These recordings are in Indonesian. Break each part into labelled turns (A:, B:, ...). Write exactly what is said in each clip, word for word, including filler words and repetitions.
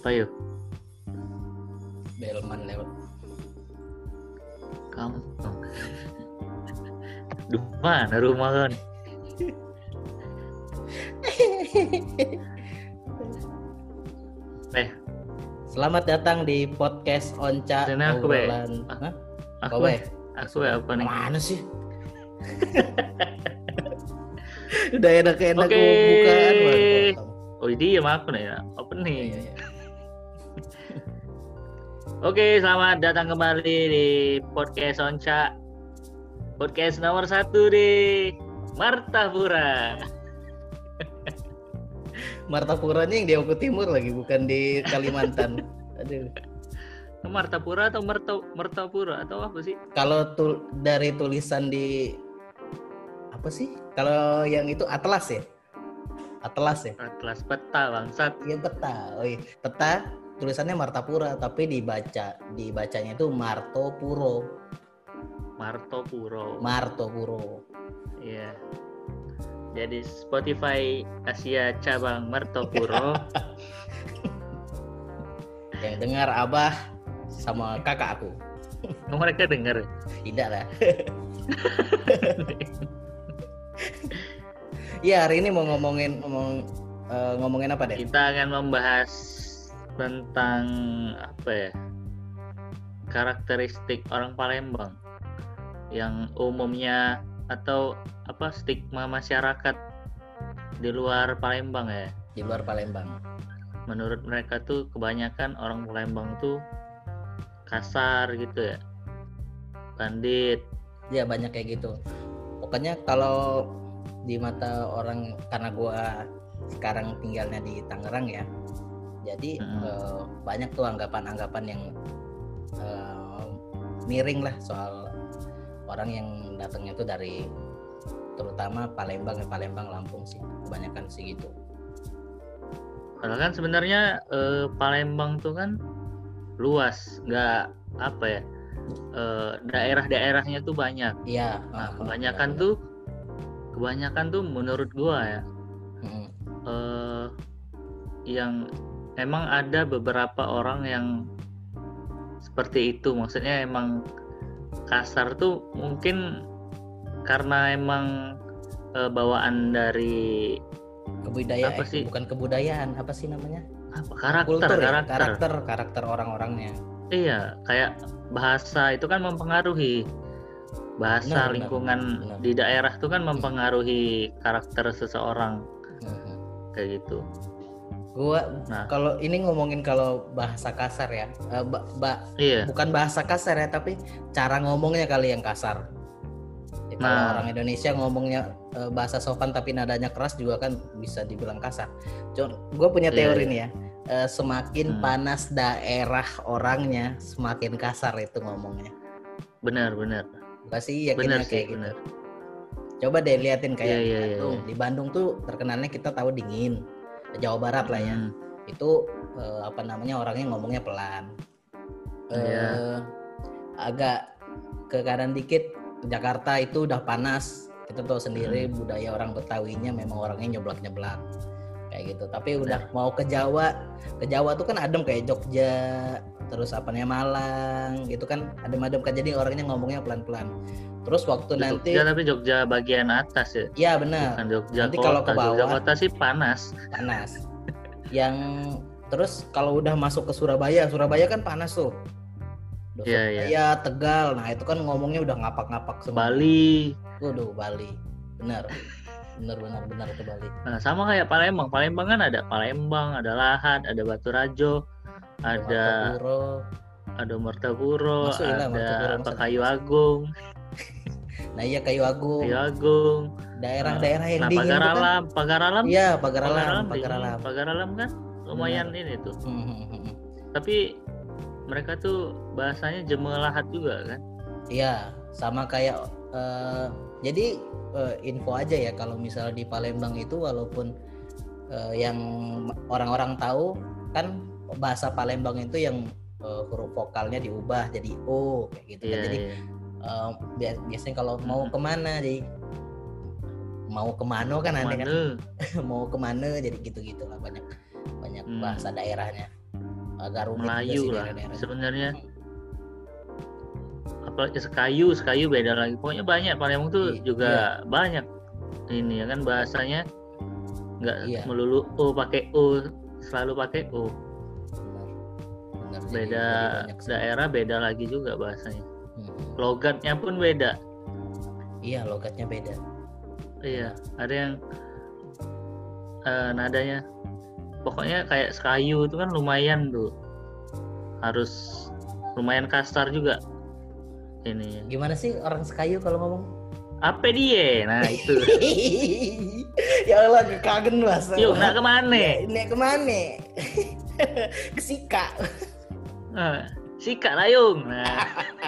A: Apa yuk?
B: Delman lewat.
A: Kamu. Duh, mana rumah kan? Eh,
B: Selamat datang di podcast Onca
A: Sini aku, Be.
B: obrolan.
A: Ah,
B: Hah?
A: aku
B: Kau,
A: ya,
B: Be?
A: aku ya apa nih?
B: Mana sih? Udah enak-enak
A: Oke.
B: bukaan baru potong.
A: Oh dia mah aku nih ya, opening.
B: Iya, iya.
A: Oke, selamat datang kembali di podcast Onca. Podcast nomor satu di Martapura.
B: Martapuranya yang di Oku Timur lagi, bukan di Kalimantan. Aduh.
A: Martapura atau Merta Mertapura atau apa sih?
B: Kalau tul dari tulisan di apa sih? Kalau yang itu Atlas ya? Atlas ya?
A: Atlas peta bangsat.
B: Iya peta. Oh iya. Peta tulisannya Martapura, tapi dibaca dibacanya itu Martopuro.
A: Martopuro.
B: Martopuro.
A: Iya. Jadi Spotify Asia cabang Martopuro.
B: Yang dengar Abah sama kakak aku.
A: Oh, mereka dengar.
B: Tidak lah. Iya, hari ini mau ngomongin ngomong uh, ngomongin apa deh?
A: Kita akan membahas tentang apa ya? Karakteristik orang Palembang yang umumnya atau apa stigma masyarakat di luar Palembang ya.
B: Di luar Palembang.
A: Menurut mereka tuh kebanyakan orang Palembang tuh kasar gitu ya. Bandit.
B: Ya banyak kayak gitu. Pokoknya kalau di mata orang, karena gua sekarang tinggalnya di Tangerang ya. Jadi
A: Mm-hmm.
B: uh, banyak tuh anggapan-anggapan yang uh, miring lah soal orang yang datangnya tuh dari terutama Palembang ya, Palembang Lampung sih kebanyakan sih gitu.
A: Karena kan sebenarnya eh, Palembang tuh kan luas, nggak apa ya, eh, daerah-daerahnya tuh banyak.
B: Iya.
A: Nah,
B: uh,
A: kebanyakan
B: iya,
A: tuh, kebanyakan tuh menurut gua ya,
B: hmm.
A: eh, yang emang ada beberapa orang yang seperti itu. Maksudnya emang kasar tuh mungkin karena emang eh, bawaan dari
B: Kebudayaan
A: apa
B: eh,
A: sih?
B: bukan kebudayaan, apa sih namanya?
A: Apa karakter
B: Kultur ya?
A: karakter.
B: karakter karakter orang-orangnya.
A: Iya, kayak bahasa itu kan mempengaruhi bahasa
B: Benar,
A: lingkungan
B: benar.
A: di daerah itu kan mempengaruhi karakter seseorang
B: Hmm.
A: kayak gitu.
B: Gua
A: Nah.
B: kalau ini ngomongin kalau bahasa kasar ya, uh, ba- ba-
A: Iya.
B: bukan bahasa kasar ya, tapi cara ngomongnya kali yang kasar. Ya, kalau
A: Nah.
B: orang Indonesia ngomongnya uh, bahasa sopan tapi nadanya keras juga kan bisa dibilang kasar. Cuman gue punya teori
A: Iya,
B: nih ya, uh, semakin
A: Hmm.
B: panas daerah orangnya, semakin kasar itu ngomongnya.
A: Benar, benar.
B: Gue sih yakinnya
A: Benar sih,
B: kayak gitu.
A: benar.
B: Coba deh liatin kayak
A: Iya,
B: di
A: iya, iya,
B: Bandung.
A: iya.
B: Di Bandung tuh terkenalnya kita tahu dingin, Jawa Barat lah ya.
A: Hmm.
B: Itu eh, apa namanya orangnya ngomongnya pelan. Eh,
A: Iya.
B: Agak ke kanan dikit, Jakarta itu udah panas. Kita tahu sendiri
A: Hmm.
B: budaya orang Betawinya memang orangnya nyeblak-nyeblak kayak gitu. Tapi udah mau ke Jawa, ke Jawa tuh kan adem kayak Jogja, terus apa namanya Malang, gitu kan adem-adem kan, jadi orangnya ngomongnya pelan-pelan. Terus waktu
A: Jogja,
B: nanti,
A: tapi Jogja bagian atas ya.
B: ya benar.
A: Bukan Jogja
B: Nanti
A: kota.
B: kalau ke bawah,
A: Jogja kota sih panas.
B: panas. Yang terus kalau udah masuk ke Surabaya, Surabaya kan panas tuh. Udah
A: Iya,
B: Surabaya,
A: iya.
B: Tegal, nah itu kan ngomongnya udah ngapak-ngapak semua.
A: Bali.
B: Waduh, Bali. Benar. Benar benar benar itu Bali.
A: Nah, sama kayak Palembang. Palembang kan ada Palembang, ada Lahat, ada Batu Rajo, ada
B: Martapuro.
A: ada Martapuro,
B: Masuk ya lah, Martapuro,
A: ada apa
B: masuk.
A: Kayu Agung,
B: Nah iya Kayu Agung.
A: Kayu Agung,
B: Daerah-daerah yang
A: nah,
B: dingin
A: Pagar
B: itu kan.
A: Alam, Pagar Alam,
B: Iya, Pagar Alam,
A: Alam,
B: Pagar
A: dingin.
B: Alam.
A: Pagar Alam kan lumayan ini tuh.
B: Hmm, hmm, hmm, hmm.
A: Tapi mereka tuh bahasanya Jemelahat juga kan?
B: Iya, sama kayak eh, jadi eh, info aja ya, kalau misalnya di Palembang itu walaupun eh, yang orang-orang tahu kan bahasa Palembang itu yang eh, huruf vokalnya diubah jadi O kayak gitu kan.
A: Iya,
B: Jadi
A: iya.
B: eh, bi- biasanya kalau mau
A: Hmm.
B: kemana jadi mau kemana kan aneh kan.
A: Mana?
B: Mau kemana jadi gitu-gitu lah, banyak banyak
A: Hmm.
B: bahasa daerahnya. agak rumit juga
A: Melayu
B: sih
A: lah
B: daerah-daerahnya.
A: sebenarnya. Apalagi sekayu, sekayu beda lagi. Pokoknya banyak, Palembang tuh
B: I-
A: juga banyak ini ya kan bahasanya, nggak
B: Iya.
A: melulu O pakai O, selalu pakai O.
B: Benar. Benar. Jadi-
A: Beda
B: jadi banyak sih.
A: daerah beda lagi juga bahasanya.
B: Hmm.
A: Logatnya pun beda.
B: Iya, logatnya beda.
A: Iya, ada yang eh, nadanya. Pokoknya kayak sekayu itu kan lumayan tuh. Harus lumayan kasar juga. Ini.
B: Gimana sih orang Sekayu kalau ngomong?
A: Apa dia? Nah itu.
B: Ya Allah, kangen mas.
A: Yuk, nak kemana?
B: Ya, nak kemana? Ke Sika.
A: Nah, sikat layung. Nah,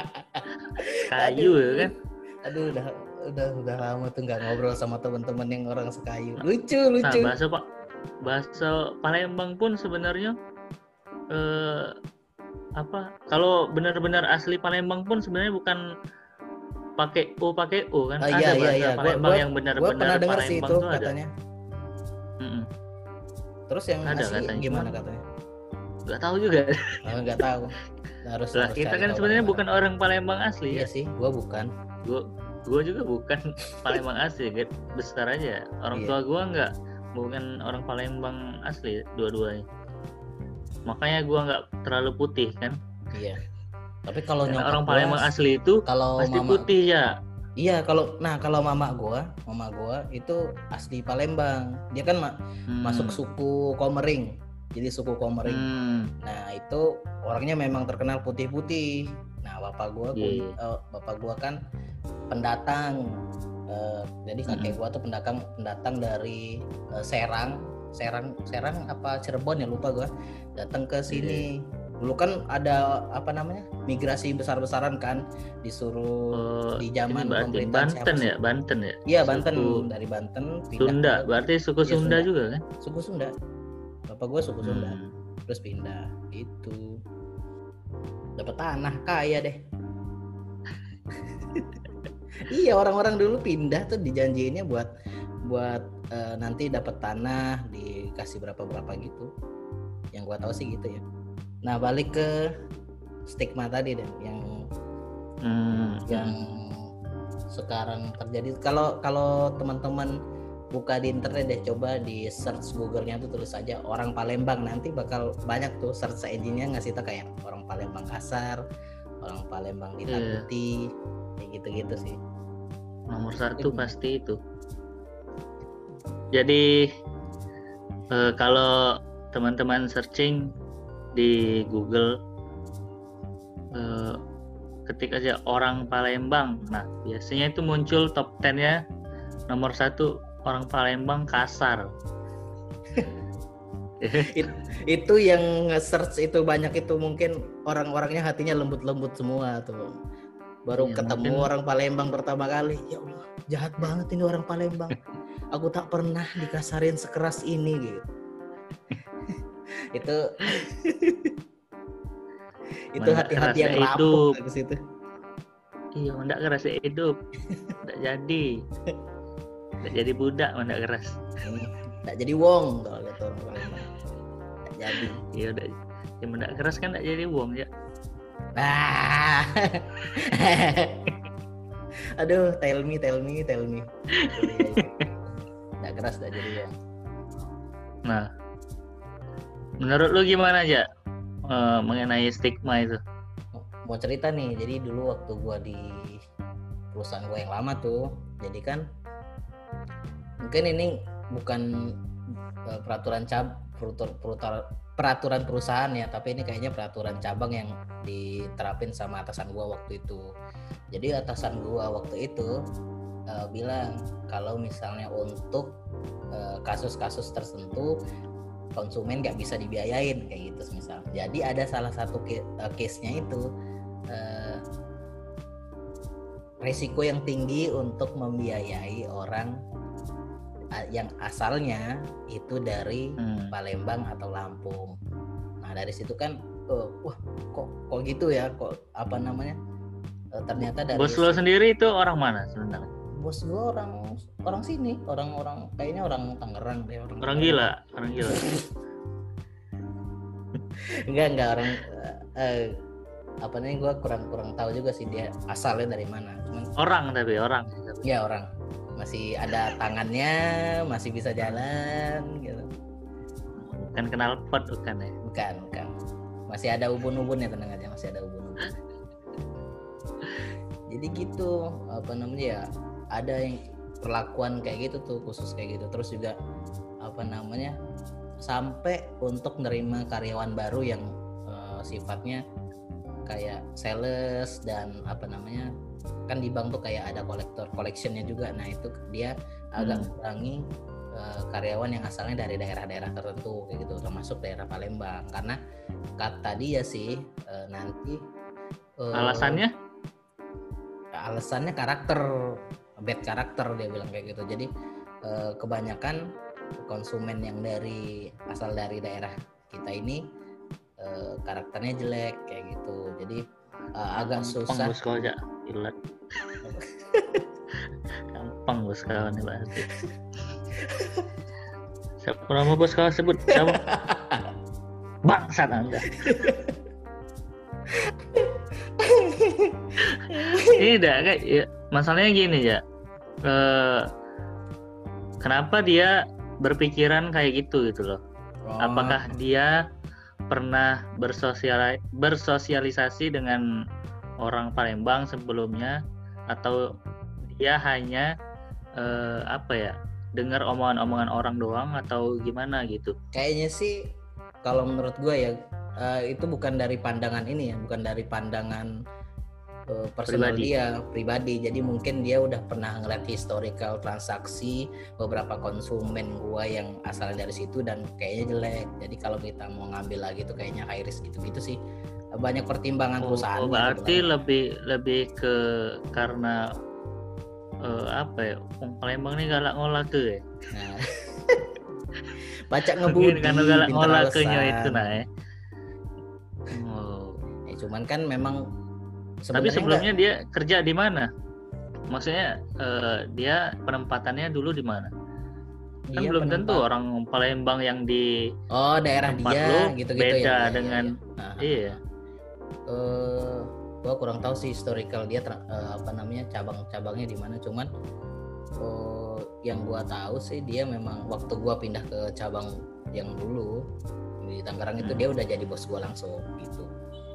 A: kayu ya kan.
B: Aduh, udah udah udah lama tuh nggak ngobrol sama teman-teman yang orang Sekayu. Lucu
A: Nah,
B: lucu.
A: bahasa Pak, bahasa Palembang pun sebenarnya eh, apa? Kalau benar-benar asli Palembang pun sebenarnya bukan pakai O pakai O kan?
B: Oh,
A: Ada
B: iya,
A: bahasa
B: iya, iya. Gua-
A: Palembang
B: gua-
A: yang
B: Gue
A: benar-benar
B: pernah dengar sih
A: Palembang
B: itu
A: tuh ada.
B: katanya.
A: Mm-mm.
B: Terus yang
A: Ada
B: asli
A: katanya,
B: gimana
A: cuman-
B: katanya?
A: Nggak tahu juga.
B: Oh, nggak tahu. Harus.
A: Lah
B: harus
A: kita
B: cari
A: kan
B: tahu
A: sebenarnya
B: orang-orang.
A: bukan orang Palembang asli
B: Iya
A: ya.
B: sih, gue bukan.
A: Gue gue juga bukan Palembang asli, gitu. Besar aja. Orang
B: Iya.
A: tua gue nggak, bukan orang Palembang asli dua-duanya. Makanya gue nggak terlalu putih kan.
B: Iya. Tapi kalau
A: Karena
B: nyokap
A: orang
B: gua,
A: Palembang asli itu
B: kalau
A: pasti
B: mama,
A: putih ya.
B: iya kalau nah kalau mama gua, mama gua itu asli Palembang. Dia kan ma-
A: Hmm.
B: masuk suku Komering. Jadi suku Komering.
A: Hmm.
B: Nah, itu orangnya memang terkenal putih-putih. Nah, bapak gua pun
A: Iya.
B: eh, bapak gua kan pendatang. Eh, jadi kakek gua tuh pendatang pendatang dari eh, Serang, Serang, Serang apa Cirebon ya lupa gua. Datang ke sini. Dulu kan ada apa namanya? Migrasi besar-besaran kan disuruh
A: Oh,
B: di
A: ini
B: zaman
A: berarti
B: pemerintahan siapa
A: Banten
B: sih?
A: ya, Banten ya.
B: Iya, Banten,
A: Suku
B: dari Banten pindah
A: Sunda,
B: ke
A: berarti suku
B: Iya,
A: Sunda
B: Sunda.
A: juga kan?
B: suku Sunda. Bapak gua suku Sunda.
A: Hmm.
B: Terus pindah itu dapat tanah kaya deh. Iya, orang-orang dulu pindah tuh dijanjiinnya buat buat eh, nanti dapat tanah dikasih berapa berapa gitu. Yang gua tahu sih gitu ya. Nah, balik ke stigma tadi deh yang
A: Hmm.
B: yang sekarang terjadi. Kalau kalau teman-teman buka di internet deh, coba di search Google-nya tuh tulis aja orang Palembang, nanti bakal banyak tuh search engine-nya ngasih tau kayak orang Palembang kasar, orang Palembang ditakuti, kayak gitu-gitu sih.
A: Nomor satu pasti itu. Jadi eh, kalau teman-teman searching di Google, eh, ketik aja orang Palembang, nah biasanya itu muncul top sepuluh-nya nomor satu orang Palembang kasar.
B: It, itu yang nge-search itu banyak itu mungkin orang-orangnya hatinya lembut-lembut semua tuh. Baru
A: Iya,
B: ketemu
A: mungkin-
B: orang Palembang pertama kali, ya Allah jahat banget ini orang Palembang. Aku tak pernah dikasarin sekeras ini gitu. itu itu
A: Mendak
B: hati-hati yang
A: kerasa
B: rapuh
A: hidup.
B: ke situ.
A: Iya, mendak keras hidup, tidak jadi, tidak jadi budak, mendak keras.
B: Tak jadi wong kalau kata orang Palembang. Tak jadi.
A: Iya udah, ya mendak keras kan tidak jadi uang ya.
B: Ah. Aduh, tell me, tell me, tell me. Tak keras tak jadi wong.
A: Nah, menurut lu gimana aja eh, mengenai stigma itu?
B: Mau cerita nih, jadi dulu waktu gua di perusahaan gua yang lama tuh, jadi kan mungkin ini bukan uh, peraturan cab perutur- perutur- peraturan perusahaan ya, tapi ini kayaknya peraturan cabang yang diterapin sama atasan gua waktu itu. Jadi atasan gua waktu itu uh, bilang kalau misalnya untuk uh, kasus-kasus tertentu konsumen nggak bisa dibiayain kayak gitu misal. Jadi ada salah satu uh, case-nya itu uh, risiko yang tinggi untuk membiayai orang uh, yang asalnya itu dari
A: Hmm.
B: Palembang atau Lampung. Nah dari situ kan, uh, wah kok kok gitu ya, kok apa namanya? Uh, ternyata dari
A: Bos lo sendiri itu orang mana sebenarnya?
B: bos gue orang orang sini, orang-orang kayaknya orang Tangerang deh, orang
A: Orang gila, orang gila.
B: enggak enggak orang uh, apa namanya gue kurang kurang tahu juga sih dia asalnya dari mana. Cuman
A: orang tapi orang.
B: Ya orang masih ada tangannya, masih bisa jalan gitu.
A: Bukan kenal pot bukan ya?
B: Bukan bukan. Masih ada ubun-ubunnya, tenang aja, masih ada ubun-ubun. Jadi gitu apa namanya ya, ada yang perlakuan kayak gitu tuh khusus kayak gitu. Terus juga apa namanya sampai untuk menerima karyawan baru yang uh, sifatnya kayak sales dan apa namanya kan di bank tuh kayak ada kolektor collectionnya juga. Nah itu dia agak hmm. mengurangi uh, karyawan yang asalnya dari daerah-daerah tertentu kayak gitu, termasuk daerah Palembang, karena kata dia sih uh, nanti uh,
A: alasannya
B: alasannya karakter bad karakter dia bilang kayak gitu. Jadi uh, kebanyakan konsumen yang dari asal dari daerah kita ini uh, karakternya jelek kayak gitu. Jadi uh, agak susah.
A: Bos kau aja ilat. Gampang bos kawan nih berarti. Siapa nama bos kawan sebut? Siapa? Bangsat Anda. Tidak kayak ya, masalahnya gini ya. Eh, kenapa dia berpikiran kayak gitu gitu loh? Oh. Apakah dia pernah bersosial bersosialisasi dengan orang Palembang sebelumnya, atau dia hanya eh, apa ya dengar omongan-omongan orang doang atau gimana gitu?
B: Kayaknya sih kalau menurut gue ya uh, itu bukan dari pandangan ini ya, bukan dari pandangan uh, personal pribadi. Dia pribadi. Jadi mungkin dia udah pernah ngeliat historical transaksi beberapa konsumen gue yang asalnya dari situ dan kayaknya jelek. Jadi kalau kita mau ngambil lagi tuh kayaknya high risk gitu-gitu sih. Banyak pertimbangan
A: oh,
B: perusahaan.
A: Oh, berarti gitu, lebih lebih ke karena uh, apa ya? Orang Palembang nih galak ngolah ke. Nah.
B: Baca ngebudi
A: karena galak ngolah ke itu nah ya.
B: Oh. Ya, cuman kan memang
A: tapi sebelumnya enggak... dia kerja di mana? Maksudnya uh, dia penempatannya dulu di mana? Kan iya, belum penempat. Tentu orang Palembang yang di
B: oh daerah dia gitu-gitu
A: beda
B: ya.
A: dengan
B: iya.
A: iya. iya.
B: Uh, gua kurang tahu sih historical dia uh, apa namanya cabang-cabangnya di mana, cuman uh, yang gua tahu sih dia memang waktu gua pindah ke cabang yang dulu di Tangerang itu hmm. dia udah jadi bos gua langsung gitu.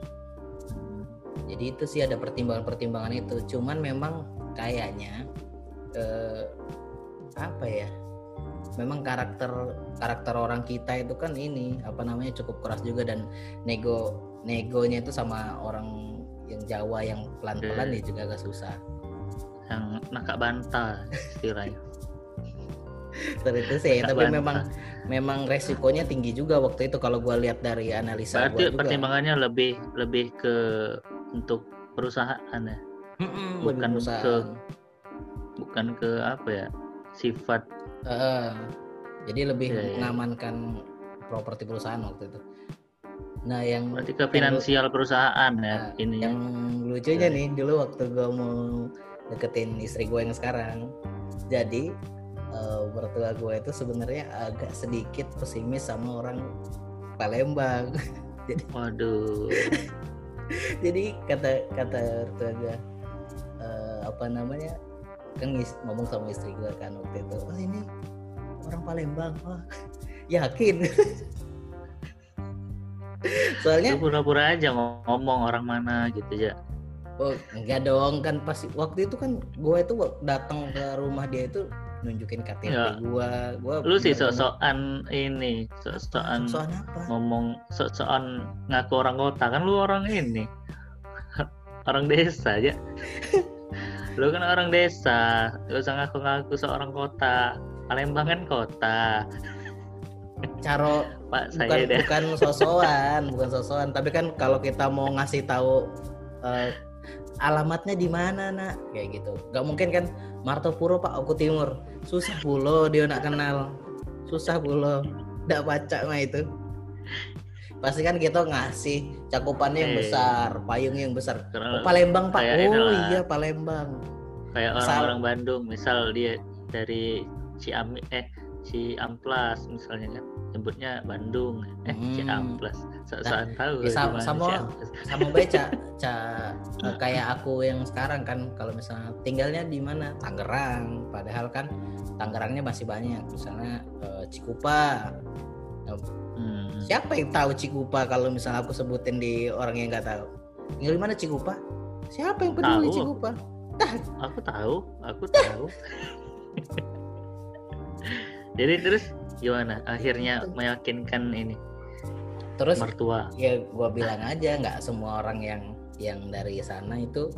B: Jadi itu sih ada pertimbangan-pertimbangan itu, cuman memang kayaknya uh, apa ya? Memang karakter karakter orang kita itu kan ini apa namanya cukup keras juga, dan nego negonya itu sama orang yang Jawa yang pelan-pelan ya juga agak susah.
A: Yang nakak bantah istilahnya.
B: Terus itu sih, tapi bantah. memang memang resikonya tinggi juga waktu itu kalau gua lihat dari analisa
A: berarti
B: gua juga.
A: Pertimbangannya lebih lebih ke untuk perusahaan ya.
B: Mm-mm,
A: bukan
B: perusahaan.
A: ke bukan ke apa ya? Sifat
B: Uh, jadi lebih
A: yeah, yeah.
B: mengamankan properti perusahaan waktu itu. Nah yang
A: berarti ke finansial yang, perusahaan ya
B: uh,
A: ini.
B: Yang lucunya yeah. nih dulu waktu gue mau deketin istri gue yang sekarang, jadi uh, mertua gue itu sebenarnya agak sedikit pesimis sama orang Palembang. jadi,
A: Waduh.
B: jadi kata kata mertua gue uh, apa namanya? Kan ngomong sama istri gue kan waktu itu, oh ini orang Palembang, oh yakin. Soalnya
A: lu pura-pura aja ngomong orang mana gitu ya.
B: Oh enggak dong, kan pasti waktu itu kan gue itu datang ke rumah dia itu nunjukin K T P ya. gue gue
A: lu sih sok-sokan ini sok-sokan
B: sok-sokan apa?
A: Ngomong sok-sokan ngaku orang kota, kan lu orang ini orang desa aja. Lu kan orang desa, lu usah ngaku-ngaku seorang kota. Palembang kan kota.
B: Caro
A: Pak,
B: bukan
A: saya
B: bukan sosokan, bukan sosokan, tapi kan kalau kita mau ngasih tahu uh, alamatnya di mana nak, kayak gitu. Gak mungkin kan Martopuro Pak Oku Timur. Susah pulo dia nak kenal. Susah pulo. Nggak baca mah itu. Pasti kan kita ngasih cakupannya yang besar, payungnya yang besar. Oh, Palembang Pak, oh iya Palembang.
A: Kayak orang-orang Bandung, misal dia dari Ciamis, eh Ciamplas misalnya kan, nyebutnya Bandung, eh
B: Hmm.
A: Ciamplas, so-soan tahu
B: Ya, sama
A: gimana
B: sama,
A: Ciamplas.
B: sama baca ca, eh, kayak aku yang sekarang kan, kalau misalnya tinggalnya di mana, Tangerang, padahal kan Tangerangnya masih banyak, misalnya eh, Cikupa. Nah,
A: Hmm.
B: siapa yang tahu Cikupa kalau misalnya aku sebutin di orang yang nggak tahu? Tinggal di mana Cikupa? Siapa yang peduli
A: Tahu.
B: Cikupa?
A: Aku tahu, aku tahu. Jadi terus gimana? Akhirnya meyakinkan ini
B: Terus
A: mertua.
B: ya gua bilang aja, nggak semua orang yang yang dari sana itu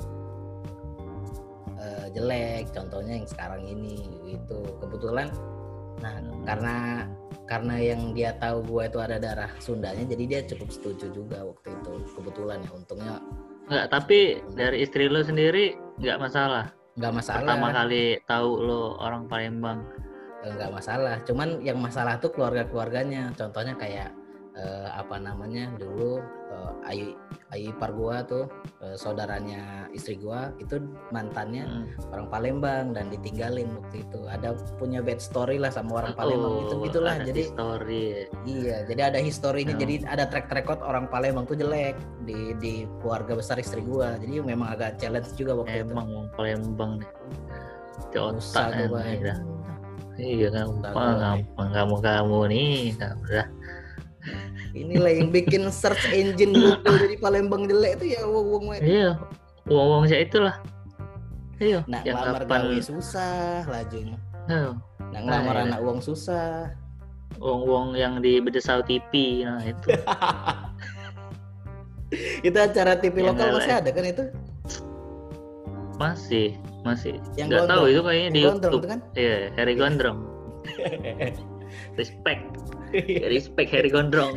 B: uh, jelek. Contohnya yang sekarang ini gitu. Kebetulan, nah
A: Hmm.
B: karena karena yang dia tahu gua itu ada darah Sundanya, jadi dia cukup setuju juga waktu itu. Kebetulan ya, untungnya
A: Enggak, tapi dari istri lo sendiri nggak masalah.
B: nggak masalah.
A: Pertama kali tahu lo orang Palembang.
B: Nggak masalah, cuman yang masalah tuh keluarga-keluarganya. Contohnya kayak eh, apa namanya dulu eh, Ayu Ayu ipar gua tuh, eh, saudaranya istri gua itu mantannya
A: Hmm.
B: orang Palembang dan ditinggalin waktu itu. Ada punya bad story lah sama orang Palembang gitu gitulah.
A: Ada
B: Jadi
A: story.
B: iya, jadi ada historinya.
A: Oh.
B: Jadi ada track record orang Palembang tuh jelek di di keluarga besar istri gua. Jadi memang agak challenge juga waktu
A: Emang
B: itu.
A: orang Palembang nih. Di
B: Usah
A: otak
B: gua
A: kan,
B: bayangin.
A: ya. Iya
B: Usah
A: gampang,
B: gua
A: gampang kamu-kamu nih, nah, udah.
B: Inilah yang bikin search engine Google jadi Palembang jelek itu ya wong-wong.
A: Iya, uang-uang saya itulah. Iya,
B: Nak
A: yang
B: ngelamar
A: kapan
B: gawe susah lajunya.
A: oh,
B: Nak ngelamar
A: Ah, iya.
B: anak uang susah.
A: uang-uang yang di Bedesau T V, nah itu.
B: Itu acara T V
A: Yang
B: lokal
A: nggak
B: masih
A: lah.
B: ada kan itu?
A: Masih, masih.
B: Yang
A: Nggak tahu
B: gondrong.
A: itu kayaknya di
B: Yang gondrong
A: YouTube.
B: itu kan?
A: Iya, Harry Gondrong. Respect, respect Harry Gondrong.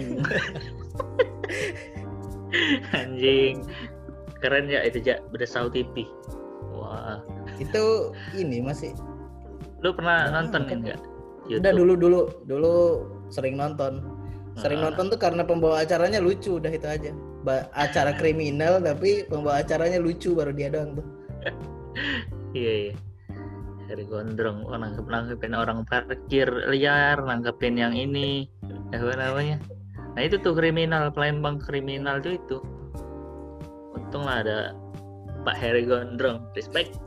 A: Anjing, keren ya itu ja Bedesau T V. Wah,
B: Itu ini masih
A: lu pernah
B: Nah,
A: nonton
B: kan.
A: nggak?
B: udah
A: YouTube.
B: dulu dulu dulu sering nonton. Sering
A: Ah.
B: nonton tuh karena pembawa acaranya lucu, udah itu aja. Ba- acara kriminal tapi pembawa acaranya lucu, baru dia doang tuh.
A: Iya, iya. Harry Gondrong, oh, nangkep nangkepin orang parkir liar, nangkepin yang ini, apa namanya? Nah itu tuh kriminal, Palembang kriminal tuh itu. Untung lah ada Pak Harry Gondrong, respect.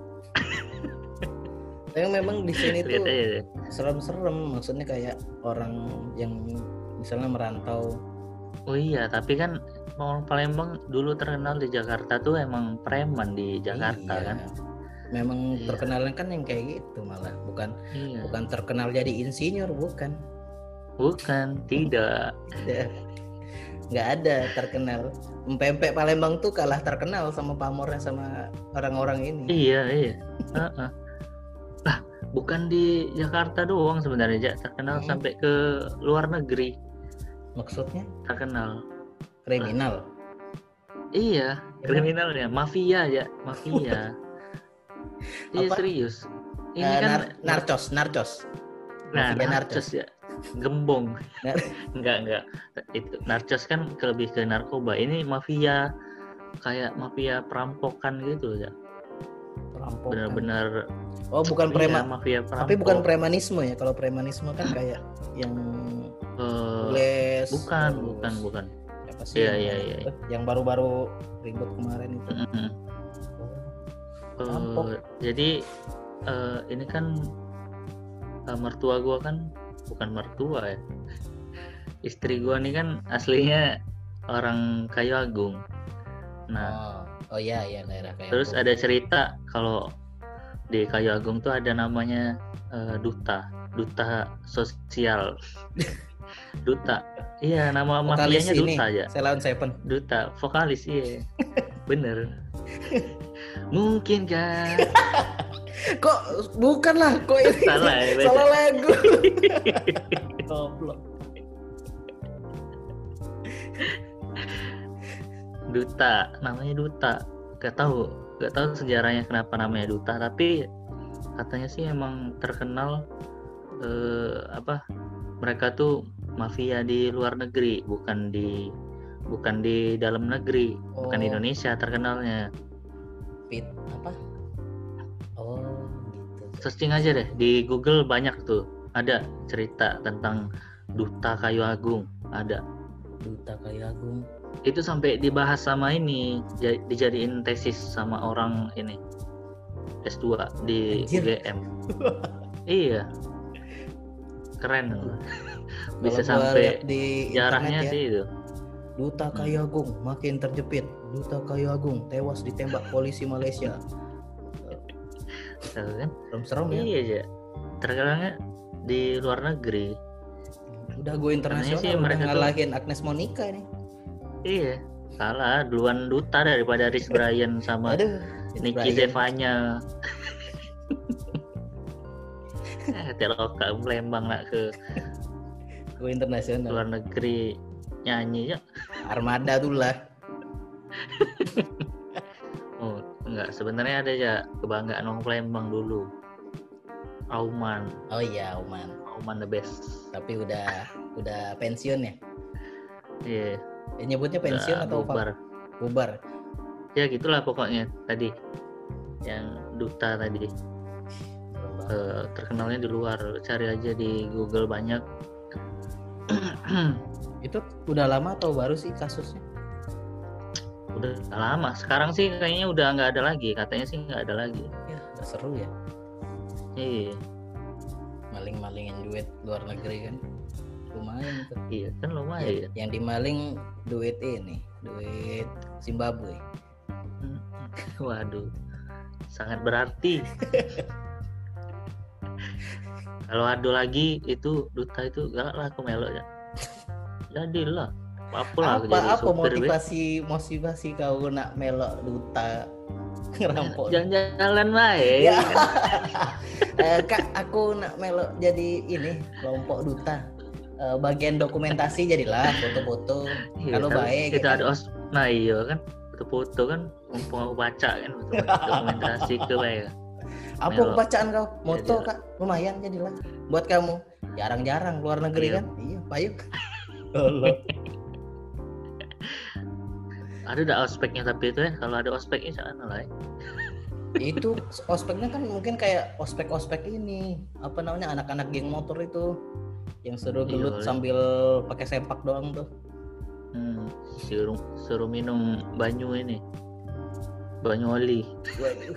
B: Tapi memang di sini
A: Lihat
B: tuh
A: aja deh.
B: serem-serem, maksudnya kayak orang yang misalnya merantau.
A: Oh iya, tapi kan orang Palembang dulu terkenal di Jakarta tuh emang preman di Jakarta
B: Iya.
A: kan.
B: Memang
A: Iya.
B: terkenalnya kan yang kayak gitu, malah bukan
A: Iya.
B: bukan terkenal jadi insinyur, bukan.
A: Bukan, tidak.
B: Tidak. Nggak ada terkenal. Empempek Palembang tuh kalah terkenal sama pamornya sama orang-orang ini.
A: Iya, iya. Heeh. Lah, bukan di Jakarta doang sebenarnya, Ja. Terkenal
B: Hmm.
A: sampai ke luar negeri.
B: Maksudnya
A: Terkenal.
B: kriminal.
A: Iya, kriminalnya mafia ya, mafia. Iya
B: Apa?
A: serius. Ini
B: Eh,
A: kan
B: nar- narcos, narcos.
A: nah,
B: mafia
A: narcos ya, gembong.
B: Nar-
A: enggak enggak. Itu narcos kan lebih ke narkoba. Ini mafia kayak mafia perampokan gitu ya.
B: Perampokan.
A: Benar-benar.
B: Oh, bukan
A: Iya,
B: preman.
A: mafia perampok.
B: Tapi bukan premanisme ya. Kalau premanisme kan kayak yang
A: Eh,
B: les.
A: bukan,
B: terus
A: bukan, bukan.
B: Apa sih?
A: Iya,
B: yang,
A: iya, iya.
B: yang baru-baru ribut kemarin itu.
A: Mm-mm.
B: Oh, Perampok.
A: Eh, jadi eh, ini kan eh, mertua gua kan bukan mertua ya. Istri gua nih kan aslinya orang Kayu Agung. Nah,
B: Oh, oh iya iya daerah kayak.
A: terus ada cerita kalau di Kayu Agung tuh ada namanya eh, duta, duta sosial. Duta. Iya, nama
B: vokalis
A: mafianya
B: ini,
A: duta aja.
B: Ceylon Seven.
A: Duta, vokalis iya. Bener. Mungkin kan.
B: Kok bukan lah, kok ini
A: Salah ya, baca.
B: salah lagu. Goblok.
A: Duta, namanya Duta. Gak tahu, gak tahu sejarahnya kenapa namanya Duta, tapi katanya sih emang terkenal eh, apa? Mereka tuh mafia di luar negeri, bukan di bukan di dalam negeri, bukan di
B: Oh.
A: Indonesia terkenalnya.
B: Pit apa? Oh, gitu.
A: Searching aja deh di Google banyak tuh. ada cerita tentang Duta Kayu Agung, ada.
B: Duta Kayu Agung.
A: Itu sampai dibahas sama ini, ja- dijadiin tesis sama orang ini S dua di
B: Anjir.
A: U G M. Iya. Keren. Bisa
B: Kalau gua
A: sampai
B: lihat di
A: jarahnya
B: internet ya,
A: sih itu.
B: Duta Kayu Agung makin terjepit. Duta Kayu Agung tewas ditembak polisi Malaysia.
A: Tahu kan?
B: Serem-serem ya.
A: Iya aja. Terkadangnya di luar negeri.
B: Udah gue internasional,
A: sih
B: udah
A: mereka tuh-
B: ngalahin Agnes Monica ini.
A: Iya. Salah, duluan Duta daripada Rich Brian sama
B: Aduh,
A: Nicky Zevanya. Eh, Teloka Lembang lah ke
B: gue internasional.
A: luar negeri nyanyi ya.
B: Armada tuh lah.
A: Oh, enggak, sebenarnya ada ya kebanggaan orang Palembang dulu. Auman,
B: Oh iya, Uman.
A: Auman the best.
B: Tapi udah udah pensiun ya.
A: Iya,
B: Ya, nyebutnya pensiun
A: udah
B: atau
A: bubar.
B: apa? Bubar.
A: Ya gitulah pokoknya tadi. Yang Duta tadi. Eh, terkenalnya di luar, cari aja di Google banyak.
B: Itu udah lama atau baru sih kasusnya?
A: Udah lama. Sekarang sih kayaknya udah nggak ada lagi. Katanya sih nggak ada lagi.
B: Ya, udah seru ya.
A: Iya,
B: Maling-malingin duit luar negeri kan. Lumayan tuh.
A: iya kan lumayan.
B: Ya, yang dimaling duit ini, duit Zimbabwe.
A: Waduh, sangat berarti. Kalau adu lagi itu Duta itu galak lah aku melok ya. Jadilah apa lah aku
B: Apa
A: jadi
B: apa
A: supir,
B: motivasi motivasi kau nak melok Duta ngerampok?
A: jalan-jalan baik.
B: Ya. Eh, Kak, aku nak melok jadi ini kelompok Duta. Eh, bagian dokumentasi jadilah foto-foto.
A: Iya,
B: Kalau
A: tapi
B: baik
A: kita
B: ya
A: ada os nah iya kan foto-foto kan mumpung aku baca kan dokumentasi ke baik.
B: apa
A: Melok.
B: bacaan kau? Moto
A: Jadilah.
B: Kak, lumayan jadilah buat kamu. Jarang-jarang luar negeri
A: Iya.
B: kan? Iya, payung. Allah.
A: Ada ada ospeknya tapi itu ya kalau ada ospeknya sana lah. Ya.
B: Itu ospeknya kan mungkin kayak ospek-ospek ini apa namanya anak-anak geng motor itu yang seru gelut
A: Iya,
B: sambil pakai sempak doang tuh.
A: Hmm, suruh suruh minum banyu ini. Banyu oli.
B: Waduh.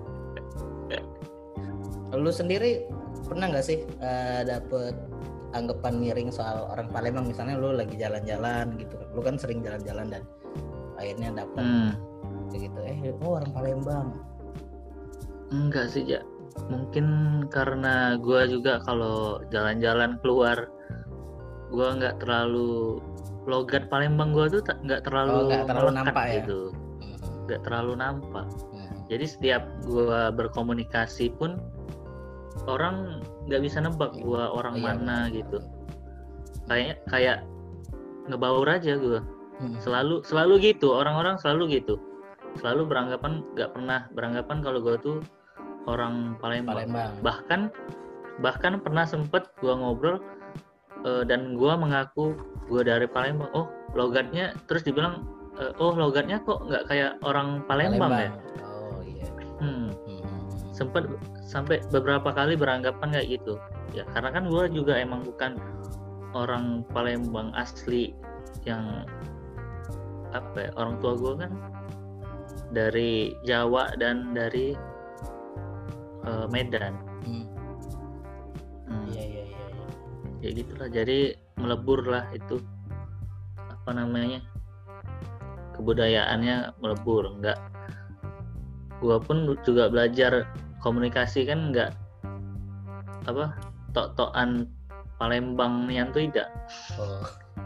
B: Lu sendiri pernah nggak sih uh, dapet anggapan miring soal orang Palembang, misalnya lu lagi jalan-jalan gitu, lu kan sering jalan-jalan dan akhirnya dapet
A: Hmm.
B: kayak gitu, eh oh orang Palembang.
A: Enggak sih ya, mungkin karena gue juga kalau jalan-jalan keluar gue nggak terlalu logat Palembang, gue tuh ta- nggak terlalu
B: Oh, nggak terlalu
A: melekat
B: nampak ya?
A: gitu,
B: Hmm.
A: nggak terlalu nampak.
B: Hmm.
A: Jadi setiap gue berkomunikasi pun orang nggak bisa nebak gue orang
B: Iya,
A: mana
B: benar.
A: gitu, kayak kayak ngebaur aja gue.
B: Hmm.
A: Selalu selalu gitu, orang-orang selalu gitu, selalu beranggapan nggak pernah beranggapan kalau gue tuh orang Palembang.
B: Palembang.
A: bahkan bahkan pernah sempet gua ngobrol eh, dan gua mengaku gua dari Palembang, oh logatnya, terus dibilang eh, oh logatnya kok nggak kayak orang Palembang, ya.
B: Oh iya.
A: hmm,
B: Hmm.
A: sempet sampai beberapa kali beranggapan kayak gitu ya, karena kan gua juga emang bukan orang Palembang asli yang apa ya, orang tua gua kan dari Jawa dan dari eh, Medan.
B: Hmm.
A: Hmm.
B: Iya iya iya. iya.
A: Ya gitulah, jadi melebur lah itu apa namanya, kebudayaannya melebur. Enggak, gua pun juga belajar komunikasi kan, enggak apa tok-tokan Palembang nian tuh tidak.
B: Oh.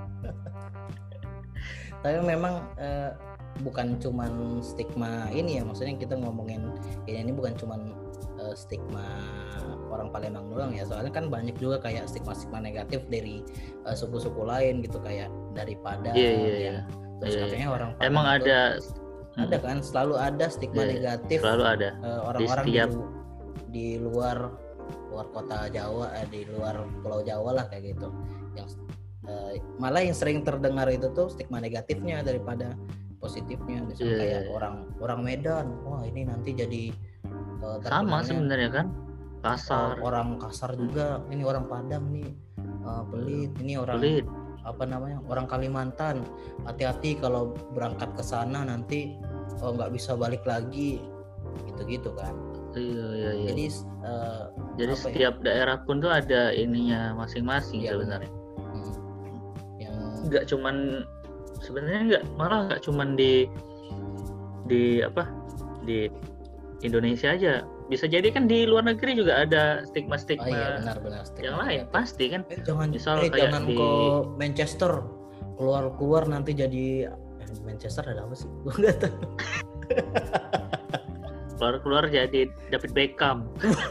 B: Tapi memang eh, bukan cuman stigma ini ya, maksudnya kita ngomongin ini ini bukan cuman eh, stigma orang Palembang doang ya, soalnya kan banyak juga kayak stigma-stigma negatif dari eh, suku-suku lain gitu, kayak dari Padang.
A: Iya, iya,
B: yang
A: iya.
B: terus
A: Iya,
B: katanya orang Padang
A: Emang
B: itu
A: ada
B: ada kan, selalu ada stigma
A: Iya,
B: negatif
A: selalu ada
B: eh, orang-orang di,
A: setiap-
B: lu- di luar luar kota Jawa, eh, di luar Pulau Jawa lah kayak gitu, yang eh, malah yang sering terdengar itu tuh stigma negatifnya daripada positifnya, misalnya
A: Iya,
B: kayak
A: iya.
B: orang orang Medan, wah ini nanti jadi eh,
A: sama
B: terkenalnya
A: sebenarnya kan. kasar,
B: uh, orang kasar juga. Ini orang Padang nih uh, pelit, ini orang
A: pelit.
B: apa namanya orang Kalimantan, hati-hati kalau berangkat ke sana nanti nggak oh, bisa balik lagi, gitu-gitu kan.
A: Iya iya iya.
B: Jadi uh,
A: jadi setiap ya? daerah pun tuh ada ininya masing-masing ya, sebenarnya.
B: Hmm. Yang
A: nggak cuman sebenarnya nggak malah nggak cuman di di apa di Indonesia aja, bisa jadi kan di luar negeri juga ada stigma-stigma.
B: Oh iya benar-benar
A: yang lain negatif. Pasti kan.
B: Eh, jangan
A: misal
B: eh,
A: kayak
B: jangan
A: di
B: ke Manchester keluar-keluar nanti jadi eh, Manchester ada apa sih? Gue nggak tahu.
A: Keluar-keluar jadi David Beckham.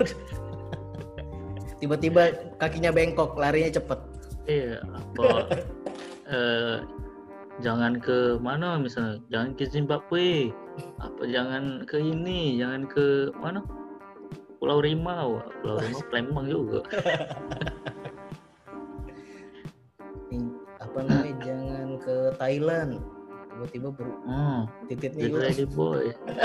B: Tiba-tiba kakinya bengkok, larinya cepet.
A: Iya. Apa? eh, jangan ke mana misalnya, jangan ke Zimbabwe, apa jangan ke ini, jangan ke mana? Pulau Rimau, Pulau Rimau Palembang juga.
B: Apa namanya? Jangan ke Thailand. Tiba-tiba ber
A: hmm,
B: titiknya
A: juga. Lady boy.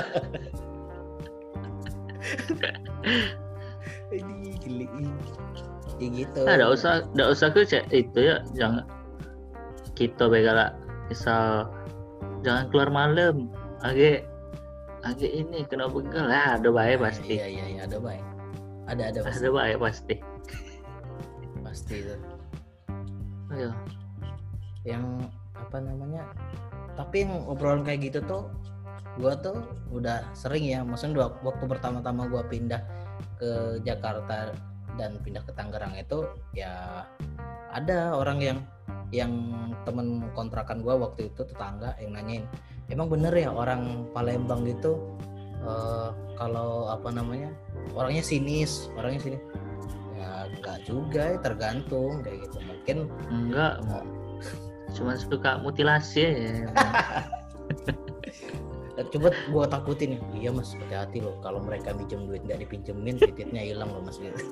B: Ini geli. Ya gitu.
A: Nah, enggak usah, enggak usah ke itu ya, jangan kita begala misal jangan keluar malam, agak agak ini kena begal lah, ada baik pasti.
B: Iya iya iya ada baik. Ada ada pasti.
A: Ada baik pasti.
B: Pasti itu.
A: Ayo.
B: Yang apa namanya? Tapi yang obrolan kayak gitu tuh gua tuh udah sering ya, maksudnya waktu pertama-tama gua pindah ke Jakarta dan pindah ke Tangerang itu ya ada orang yang yang temen kontrakan gua waktu itu tetangga yang nanyain, emang bener ya orang Palembang gitu uh, kalau apa namanya orangnya sinis, orangnya sinis. Ya enggak juga, tergantung kayak gitu. Mungkin
A: enggak,
B: uh,
A: cuma suka mutilasi ya.
B: Coba gua takutin, iya mas hati-hati loh kalau mereka pinjam duit nggak dipinjemin titiknya hilang loh mas gitu.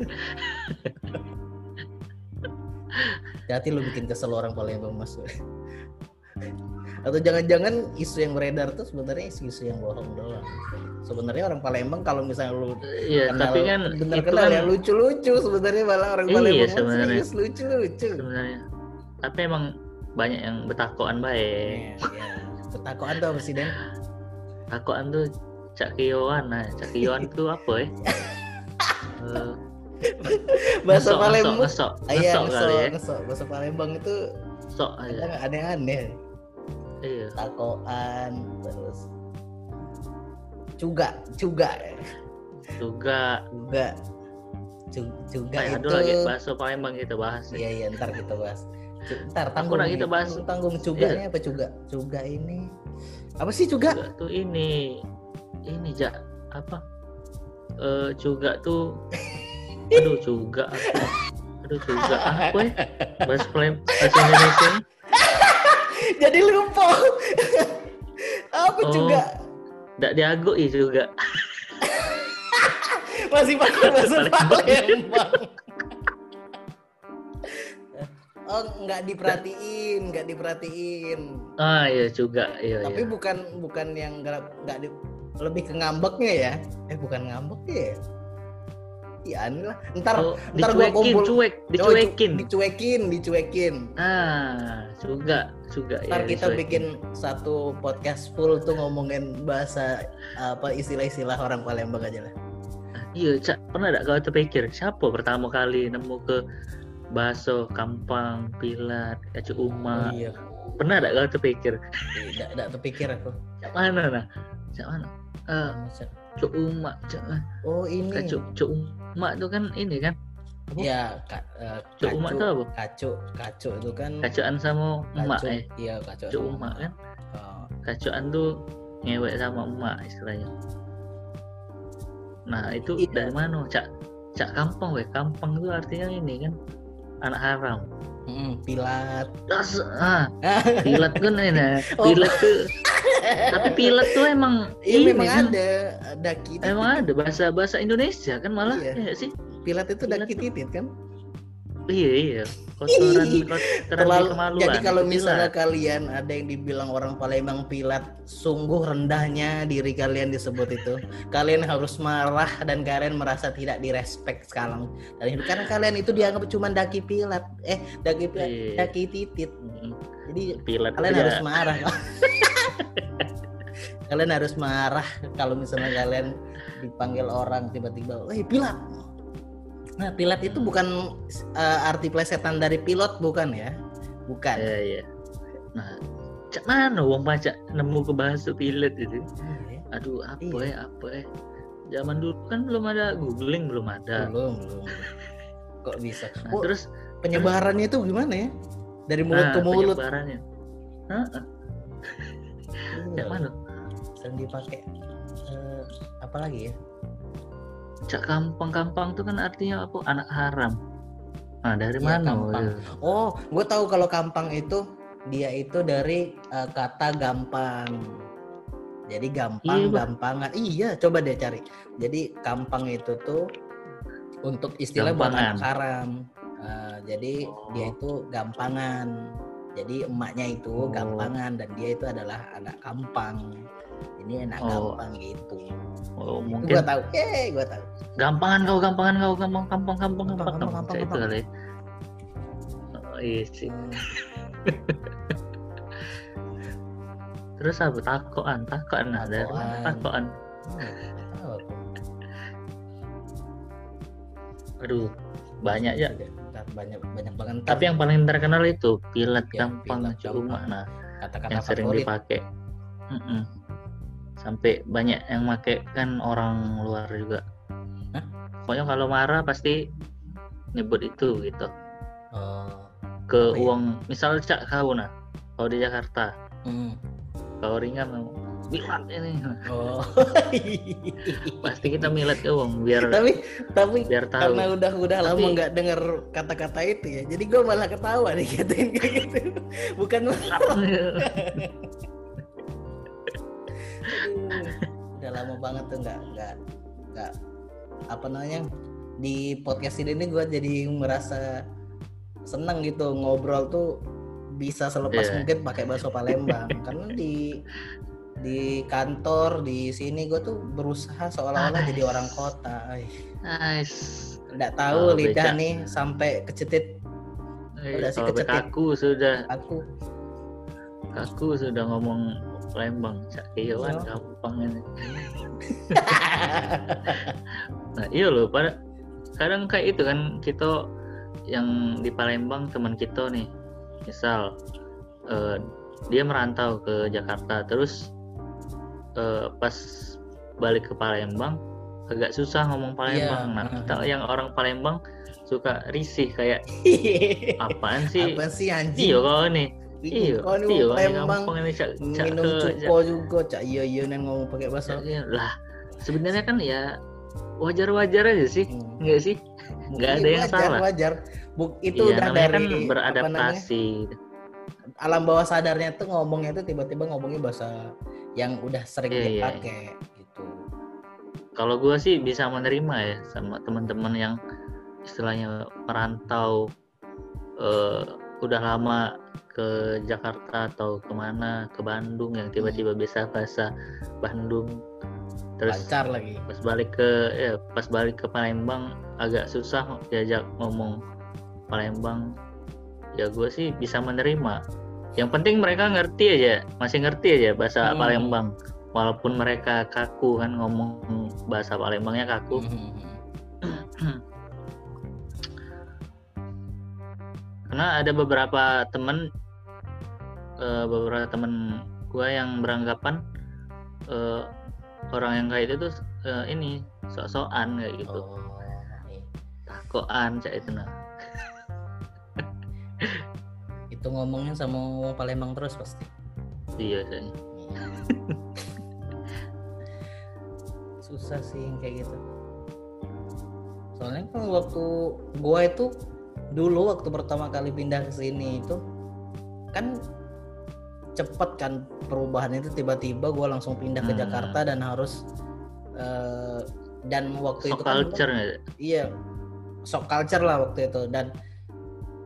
B: Hati-hati lo bikin kesel orang Palembang mas. Atau jangan-jangan isu yang beredar tuh sebenarnya isu-isu yang bohong doang. Sebenarnya orang Palembang kalau misalnya lu
A: iya,
B: kenal,
A: tapi kan
B: bener
A: itu
B: kenal
A: kan,
B: ya lucu-lucu sebenarnya malah orang
A: iya,
B: Palembang
A: serius
B: lucu-lucu.
A: Sebenarnya. Tapi emang banyak yang betakoan baik.
B: Iya, iya. Betakoan tuh apa sih Den?
A: Betakoan tuh cak kioan, nah cak kioan tuh apa ya? uh,
B: Bahasa
A: ngesok,
B: Palembang.
A: Ngesok, ngesok,
B: Iya,
A: ngesok kali ya.
B: ngesok. Bahasa Palembang itu
A: Sok aja.
B: kadang aneh-aneh.
A: Iya.
B: Takoan terus juga juga
A: Juga
B: juga juga
A: nah,
B: itu
A: ada lagi bahasa Palembang kita bahas.
B: iya iya ntar kita bahas. Ntar
A: Aku
B: tanggung
A: nak kita bahas.
B: tanggung cuganya apa juga juga ini apa sih juga?
A: Juga tuh ini ini jak apa? Eh juga tuh aduh juga apa? Aduh juga apa ya? Bahasa Palembang bahasa Indonesia.
B: Jadi lupa. Apa
A: oh,
B: juga?
A: Nggak diagui juga.
B: Masih pakai bahasa Palembang. Oh, nggak diperhatiin, nggak diperhatiin.
A: Ah iya juga, iya.
B: Tapi
A: iya.
B: bukan bukan yang nggak nggak di, lebih ke ngambeknya ya? Eh bukan ngambek ya? Iya aneh lah. Ntar
A: oh,
B: ntar gua kumpul.
A: Cuek, dicuekin.
B: Oh, dicuekin, dicuekin.
A: Ah juga, juga.
B: Ntar
A: ya,
B: kita
A: dicuekin.
B: bikin satu podcast full tuh ngomongin bahasa apa istilah-istilah orang Palembang aja lah.
A: Iya, Cak, pernah gak kau terpikir siapa pertama kali nemu ke bakso, kampang, pilat, kacuk uma?
B: Oh, iya.
A: Pernah gak kau terpikir?
B: Tidak, tidak terpikir aku.
A: Cak mana nah? Cak mana? Uh, cuk uma, cak.
B: Oh ini.
A: Kacuk, cuk uma itu kan ini kan?
B: Iya, ka, uh,
A: cuk uma itu apa?
B: Kacuk, kacuk itu kan.
A: Kacuan sama emak eh.
B: Iya, kacuk.
A: Cuk uma kan?
B: Oh.
A: Kacuan tuh ngewek sama emak istilahnya. Nah itu
B: iya.
A: dari mana? Cak, cak kampang weh. Kampang itu artinya ini kan anak haram.
B: Hmm, pilat.
A: Das, ah, pilat kan ini. Pilat tuh. Tapi pilat tuh emang
B: iya,
A: ini
B: memang
A: kan?
B: ada daki titit.
A: Emang ada bahasa bahasa Indonesia kan malah
B: iya.
A: ya sih.
B: Pilat itu
A: pilat
B: daki titit kan?
A: Iya iya. Kotoran kotoran
B: Terlalu,
A: kemaluan.
B: jadi kalau
A: itu
B: misalnya
A: pilat.
B: kalian ada yang dibilang orang Palembang pilat, sungguh rendahnya diri kalian disebut itu. Kalian harus marah dan kalian merasa tidak direspek sekarang. Dan karena kalian itu dianggap cuma daki pilat, eh daki pilat,
A: Iya.
B: daki titit.
A: Mm,
B: Jadi
A: Pilat
B: kalian
A: aja.
B: harus marah. Kalian harus marah kalau misalnya kalian dipanggil orang tiba-tiba, "Woi, pilat." Nah, pilat itu bukan uh, arti plesetan dari pilot, bukan ya? Bukan.
A: Iya iya. Nah, cak mana wong pacak nemu ke bahasa pilat itu?
B: Iya.
A: Aduh, apa
B: Iya.
A: ya, apa ya? Zaman dulu kan belum ada googling, belum ada.
B: Belum, belum. Kok bisa?
A: Nah,
B: Oh,
A: terus
B: penyebarannya itu gimana ya? Dari mulut
A: nah,
B: ke mulut.
A: penyebarannya. Hah? Yang mana?
B: Sering dipakai uh, apa lagi ya?
A: Cak kampang-kampang itu kan artinya apa? Anak haram. Nah, dari
B: Iya,
A: mana?
B: kampang. Oh, gue tahu kalau kampang itu dia itu dari uh, kata gampang. Jadi gampang,
A: Iya,
B: gampangan. Iya, coba deh cari. Jadi kampang itu tuh untuk istilah buat
A: Gampangan.
B: anak haram. Uh, jadi
A: Oh.
B: dia itu gampangan. Jadi emaknya itu
A: Oh.
B: gampangan dan dia itu adalah anak kampang. Ini anak
A: Oh.
B: gampang gitu.
A: Oh,
B: Itu
A: mungkin
B: gua tahu. Eh, gua tahu.
A: gampangan kau, gampangan kau, gampang, gampang, gampang,
B: Gampang,
A: gampang,
B: gampang, gampang,
A: Cak itu
B: gampang.
A: kali. Oh, iya sih.
B: Hmm.
A: Terus apa? Takoan, takoan. Nah, dari mana
B: Takoan.
A: takoan?
B: Hmm, nggak tahu aku.
A: Aduh, banyak ya.
B: Ntar banyak banyak banget. Ntar
A: Tapi yang paling terkenal itu pilat
B: Ya,
A: gampang
B: pilat
A: cuma.
B: gampang.
A: Nah,
B: kata-kata
A: yang sering
B: favorit.
A: dipakai. Mm-mm. Sampai banyak yang pakai kan orang luar juga.
B: Hah?
A: Pokoknya kalau marah pasti nyebut itu gitu.
B: Oh.
A: Ke
B: Apa ya?
A: uang, misal cak kau nah, kau di Jakarta,
B: Hmm.
A: kau ringan milat ini.
B: Oh.
A: Pasti kita milat ke uang biar
B: tapi tapi
A: biar tahu.
B: karena udah udah lama
A: Tapi-
B: nggak dengar kata-kata itu ya, jadi gue malah ketawa nih katain kayak gitu. Bukan Aduh, udah lama banget tuh nggak nggak nggak apa namanya di podcast ini nih gue jadi merasa senang gitu ngobrol tuh bisa selepas
A: Iya.
B: mungkin pakai bahasa Palembang karena di di kantor di sini gue tuh berusaha seolah-olah
A: Ah,
B: jadi
A: nice.
B: orang kota.
A: Nice.
B: Nggak tahu
A: Oh,
B: lidah
A: becak.
B: nih sampai kecetit
A: Eh,
B: Udah sih
A: kalau
B: kecetit.
A: kaku sudah
B: aku.
A: kaku sudah ngomong Palembang, cak iya kan
B: Iya.
A: gampang ini. Nah, iya loh, pada kadang kayak itu kan kita yang di Palembang teman kita nih, misal eh, dia merantau ke Jakarta, terus eh, pas balik ke Palembang agak susah ngomong Palembang.
B: Iya.
A: Nah, kita yang orang Palembang suka risih kayak apaan sih?
B: Apa sih anjing?
A: Iya kau nih. Iya,
B: Kau nih
A: iya
B: mau
A: kau nih
B: Palembang
A: gampang ini cak cak
B: minum
A: ke
B: cuko juga, cak iya iya nen ngomong pakai bahasa.
A: cak- iya. Lah. Sebenarnya kan ya wajar-wajar aja sih,
B: Hmm.
A: enggak sih? Enggak ada yang
B: wajar,
A: salah.
B: Wajar. Buk, itu
A: Iya,
B: udah
A: namanya
B: dari
A: kan
B: apa namanya,
A: beradaptasi.
B: alam bawah sadarnya tuh ngomongnya tuh tiba-tiba ngomongnya bahasa yang udah sering
A: Iya, iya,
B: dipakai gitu.
A: Kalau gue sih bisa menerima ya sama teman-teman yang istilahnya merantau eh, udah lama ke Jakarta atau kemana, ke Bandung yang tiba-tiba bisa bahasa Bandung, terus
B: Lancar lagi.
A: pas balik ke ya pas balik ke Palembang agak susah diajak ngomong Palembang. Ya gue sih bisa menerima. Yang penting mereka ngerti aja, masih ngerti aja bahasa
B: Hmm.
A: Palembang. Walaupun mereka kaku kan ngomong bahasa Palembangnya kaku.
B: Mhm.
A: Karena ada beberapa temen eh, beberapa temen gue yang beranggapan eh, orang yang kayak itu tuh eh, ini sok-sokan kayak gitu,
B: Oh, iya.
A: takoan cak itu nah.
B: Itu ngomongnya sama orang Palembang terus pasti.
A: Iya kayaknya.
B: Susah sih yang kayak gitu. Soalnya kan waktu gua itu dulu waktu pertama kali pindah ke sini itu kan cepet kan perubahan itu, tiba-tiba gua langsung pindah ke
A: Hmm.
B: Jakarta dan harus eh, dan waktu
A: Sok
B: itu kan
A: culture ya.
B: iya shock culture lah waktu itu, dan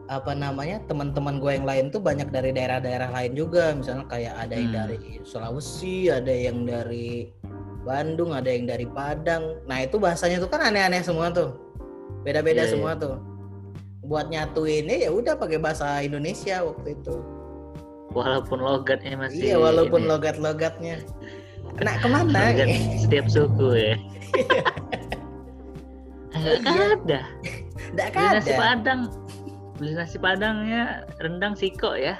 B: apa namanya teman-teman gue yang lain tuh banyak dari daerah-daerah lain juga, misalnya kayak ada yang
A: Hmm.
B: dari Sulawesi, ada yang dari Bandung, ada yang dari Padang. Nah itu bahasanya tuh kan aneh-aneh semua tuh, beda-beda
A: Iya,
B: semua
A: iya.
B: tuh. Buat nyatuinnya ya udah pakai bahasa Indonesia waktu itu.
A: Walaupun logatnya masih
B: Iya walaupun
A: ini ya,
B: logat-logatnya kena kemana?
A: logat setiap suku ya. Enggak
B: Iya,
A: ada.
B: nggak
A: Beli nasi
B: ada.
A: Padang. Beli nasi Padangnya rendang siko ya.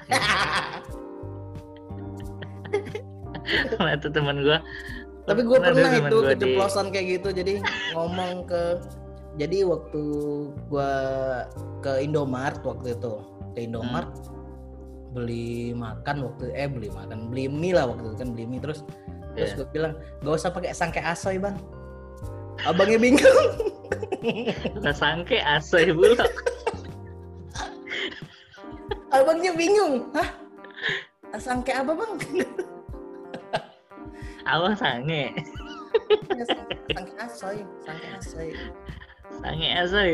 A: Nah, itu teman gua.
B: Tapi gue
A: Pernah
B: pernah
A: ada teman
B: itu
A: gua di-
B: keceplosan kayak gitu, jadi ngomong ke, jadi waktu gue ke Indomart waktu itu, ke Indomart beli makan waktu eh beli makan beli mie lah waktu itu kan beli mie terus terus
A: Iya.
B: gue bilang gak usah pakai sangke asoy bang, abangnya bingung.
A: Lah sangke asoy bulok.
B: Abangnya bingung, hah sangke apa bang?
A: Awal sange.
B: Ya, sangke asoy, sangke asoy.
A: Sange asoy.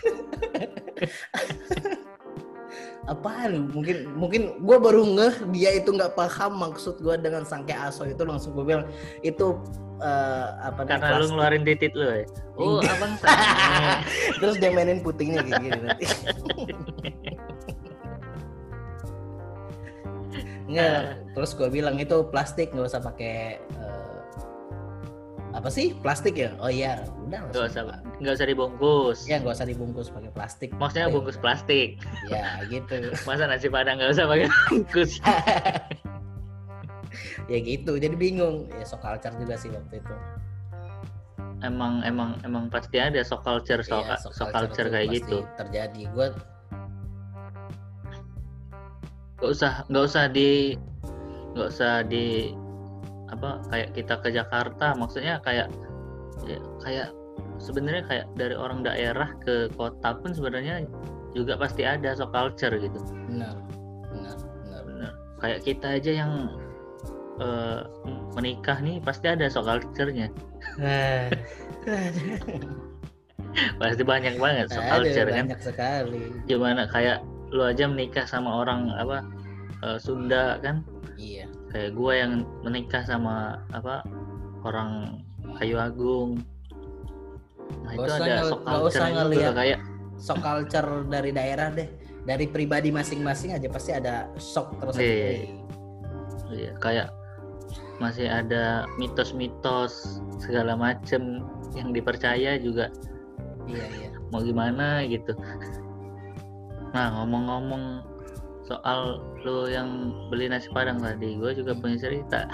B: Apaan? Mungkin mungkin gue baru ngeh dia itu nggak paham maksud gue dengan sangke asoy itu, langsung gue bilang itu uh, apa namanya,
A: Karena lu
B: plastik.
A: ngeluarin titit lu ya. Oh,
B: Enggak.
A: abang sange.
B: Terus dia mainin putingnya kayak gini nanti. Nggak, terus gue bilang itu plastik, nggak usah pakai uh, apa sih plastik ya? Oh iya, udah
A: Enggak usah, enggak usah dibungkus.
B: Ya nggak usah dibungkus pakai plastik.
A: Maksudnya
B: Oh,
A: bungkus plastik.
B: ya gitu.
A: Masa nasi Padang enggak usah pakai bungkus.
B: Ya gitu, jadi bingung. Ya sok culture juga sih waktu itu.
A: Emang emang emang pasti ada sok culture sok,
B: Iya,
A: sok culture
B: itu
A: kayak
B: pasti
A: gitu.
B: terjadi. Gue
A: Nggak usah nggak usah di nggak usah di apa kayak kita ke Jakarta, maksudnya kayak ya, kayak sebenarnya kayak dari orang daerah ke kota pun sebenarnya juga pasti ada sok culture gitu.
B: benar, benar, benar.
A: Bener. Kayak kita aja yang uh, menikah nih pasti ada sok culture-nya. Pasti banyak banget sok
B: Ada
A: culture kan.
B: banyak sekali.
A: Gimana kayak lu aja menikah sama orang apa uh, Sunda kan,
B: Iya.
A: kayak gue yang menikah sama apa orang Kayu Agung. Nah
B: Gak
A: itu
B: usah
A: ada
B: ngel-
A: sok
B: gak usah
A: culture juga
B: ngelihat
A: kayak
B: sok culture dari daerah deh. Dari pribadi masing-masing aja pasti ada sok tersendiri.
A: iya, kayak masih ada mitos-mitos segala macem yang dipercaya juga,
B: Iya, iya.
A: mau gimana gitu. Nah ngomong-ngomong soal lo yang beli nasi Padang tadi, gue juga punya cerita.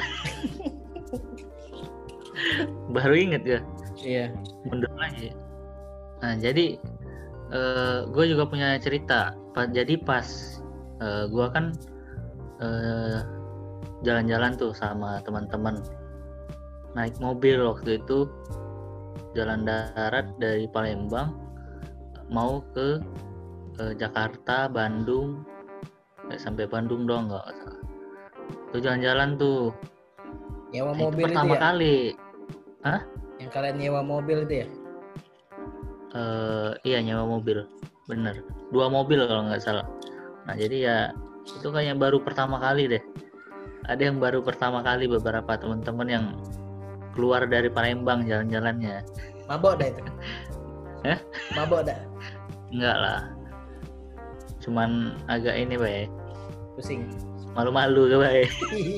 A: Baru inget ya,
B: Iya.
A: mundur lagi. Nah jadi eh, gue juga punya cerita. Pa- Jadi pas eh, gue kan eh, jalan-jalan tuh sama teman-teman, naik mobil waktu itu, jalan darat dari Palembang mau ke ke Jakarta, Bandung, eh, sampai Bandung dong nggak salah. Tuh jalan-jalan tuh.
B: Nyewa
A: Nah, itu
B: mobil itu
A: pertama
B: ya?
A: kali.
B: Yang kalian nyewa mobil itu ya?
A: Eh, iya nyewa mobil, bener. Dua mobil kalau nggak salah. Nah jadi ya itu kayaknya baru pertama kali deh. Ada yang baru pertama kali beberapa teman-teman yang keluar dari Palembang jalan-jalannya.
B: Mabok dah itu.
A: Hah?
B: Mabok dah.
A: Enggak lah. Cuman agak ini bae,
B: Pusing.
A: malu-malu ke bae.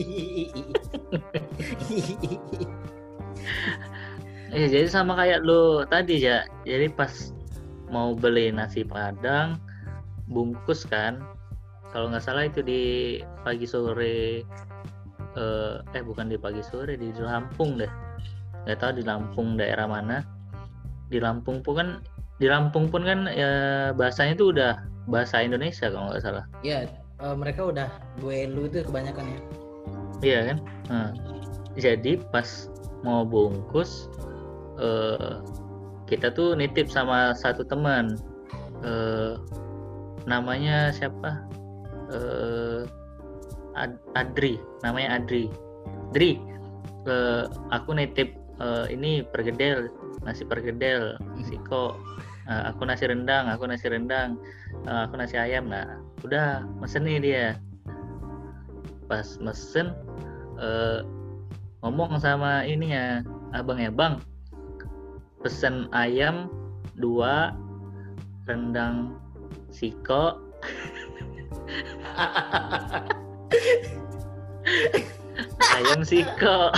A: Iya jadi sama kayak lu tadi ya. Jadi pas mau beli nasi Padang bungkus kan, kalau nggak salah itu di pagi sore, eh, eh bukan di pagi sore, di Lampung deh, nggak tahu di Lampung daerah mana. Di Lampung pun kan di Lampung pun kan ya bahasanya itu udah bahasa Indonesia kalau nggak salah.
B: Ya, eh, mereka udah gue lu itu kebanyakan ya.
A: Iya kan. Nah, jadi pas mau bungkus, eh, kita tuh nitip sama satu teman, eh, namanya siapa? Eh, Ad- Adri, namanya Adri. Adri, eh, aku nitip eh, ini pergedel, nasi pergedel, siko. uh, aku nasi rendang, aku nasi rendang, uh, aku nasi ayam. Nah, udah mesen nih dia. Pas mesen uh, ngomong sama ininya, abangnya, bang, pesen ayam dua, rendang siko, ayam siko.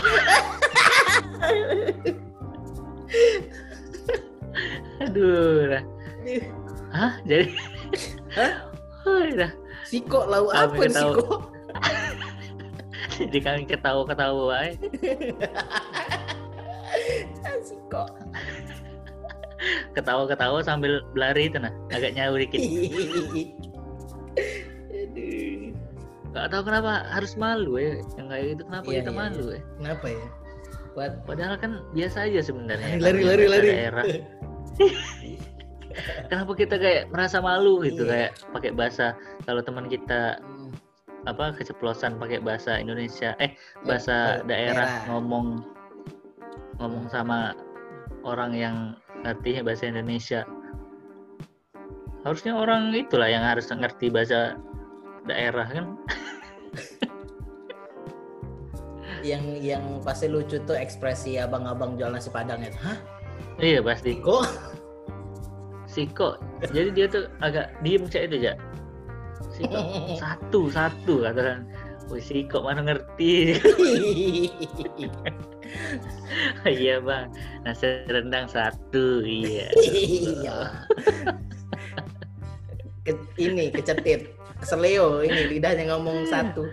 A: Aduh, dah. Hah? Jadi,
B: hah?
A: Oh, dah.
B: Siko lau apa nih siko?
A: Jadi kami ketawa-ketawa eh.
B: Siko.
A: Ketawa-ketawa sambil berlari itu nah, agak nyawa dikit.
B: Aduh.
A: Gak tahu kenapa harus malu ya, yang kayak gitu kenapa
B: iya,
A: kita
B: iya,
A: malu
B: iya.
A: ya?
B: Kenapa ya? Buat...
A: Padahal kan biasa aja sebenarnya.
B: Lari lari lari.
A: Daerah. Kenapa kita kayak merasa malu gitu,
B: iya.
A: kayak pakai bahasa, kalau teman kita apa keceplosan pakai bahasa Indonesia eh bahasa eh, daerah, daerah ngomong ngomong sama orang yang ngerti bahasa Indonesia. Harusnya orang itulah yang harus ngerti bahasa daerah kan.
B: yang yang pasti lucu tuh ekspresi abang-abang jual nasi padang itu. Hah?
A: Iya pasti.
B: Kok?
A: Siko. Jadi dia tuh agak diem cak itu ya. Siko satu satu katakan. Wih Siko mana ngerti. Iya bang. Nasi rendang satu. Iya.
B: Iya. Ke, ini kecetit. Keseleo ini lidahnya ngomong satu.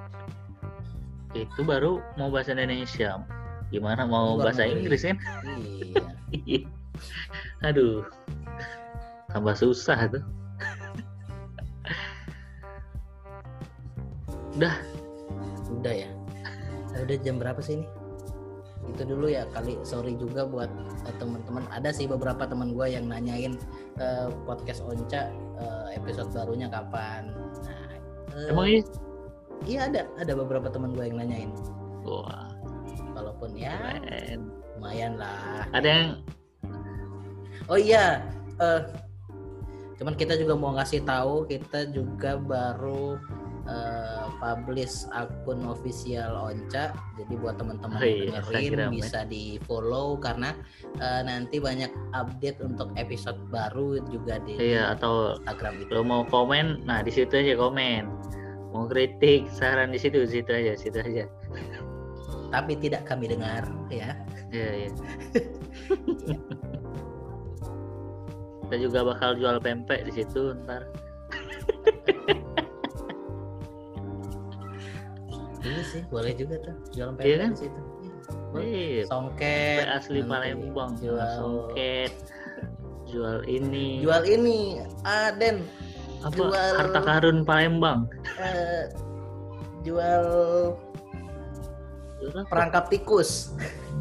A: Itu baru mau bahasa Indonesia. Gimana mau baru bahasa Inggris kan? Iya. Aduh. Tambah susah tuh. Udah.
B: Udah ya. Udah jam berapa sih ini? Itu dulu ya kali. Sorry juga buat uh, teman-teman. Ada sih beberapa teman gue yang nanyain uh, podcast Onca uh, episode barunya kapan. Nah, uh,
A: emang iya?
B: Iya ada. Ada beberapa teman gue yang nanyain.
A: Wah.
B: Walaupun ya keren. Lumayan lah.
A: Ada yang.
B: Oh iya. Uh, cuman kita juga mau ngasih tahu kita juga baru Uh, publish akun official Onca, jadi buat teman-teman oh, iya, dengerin bisa di follow karena uh, nanti banyak update untuk episode baru juga di,
A: iya,
B: di
A: atau
B: Instagram itu.
A: Kalau mau komen, nah di situ aja komen. Mau kritik, saran di situ, situ aja, situ aja.
B: Tapi tidak kami dengar, ya.
A: Iya, iya. Kita juga bakal jual pempek di situ ntar.
B: Ini sih boleh juga tuh jual pempek
A: iya kan?
B: di situ.
A: Iya.
B: Songket
A: asli Palembang,
B: jual
A: songket, jual ini.
B: Jual ini, Aden.
A: Apa?
B: Jual
A: Harta karun Palembang.
B: Uh, jual perangkap tikus.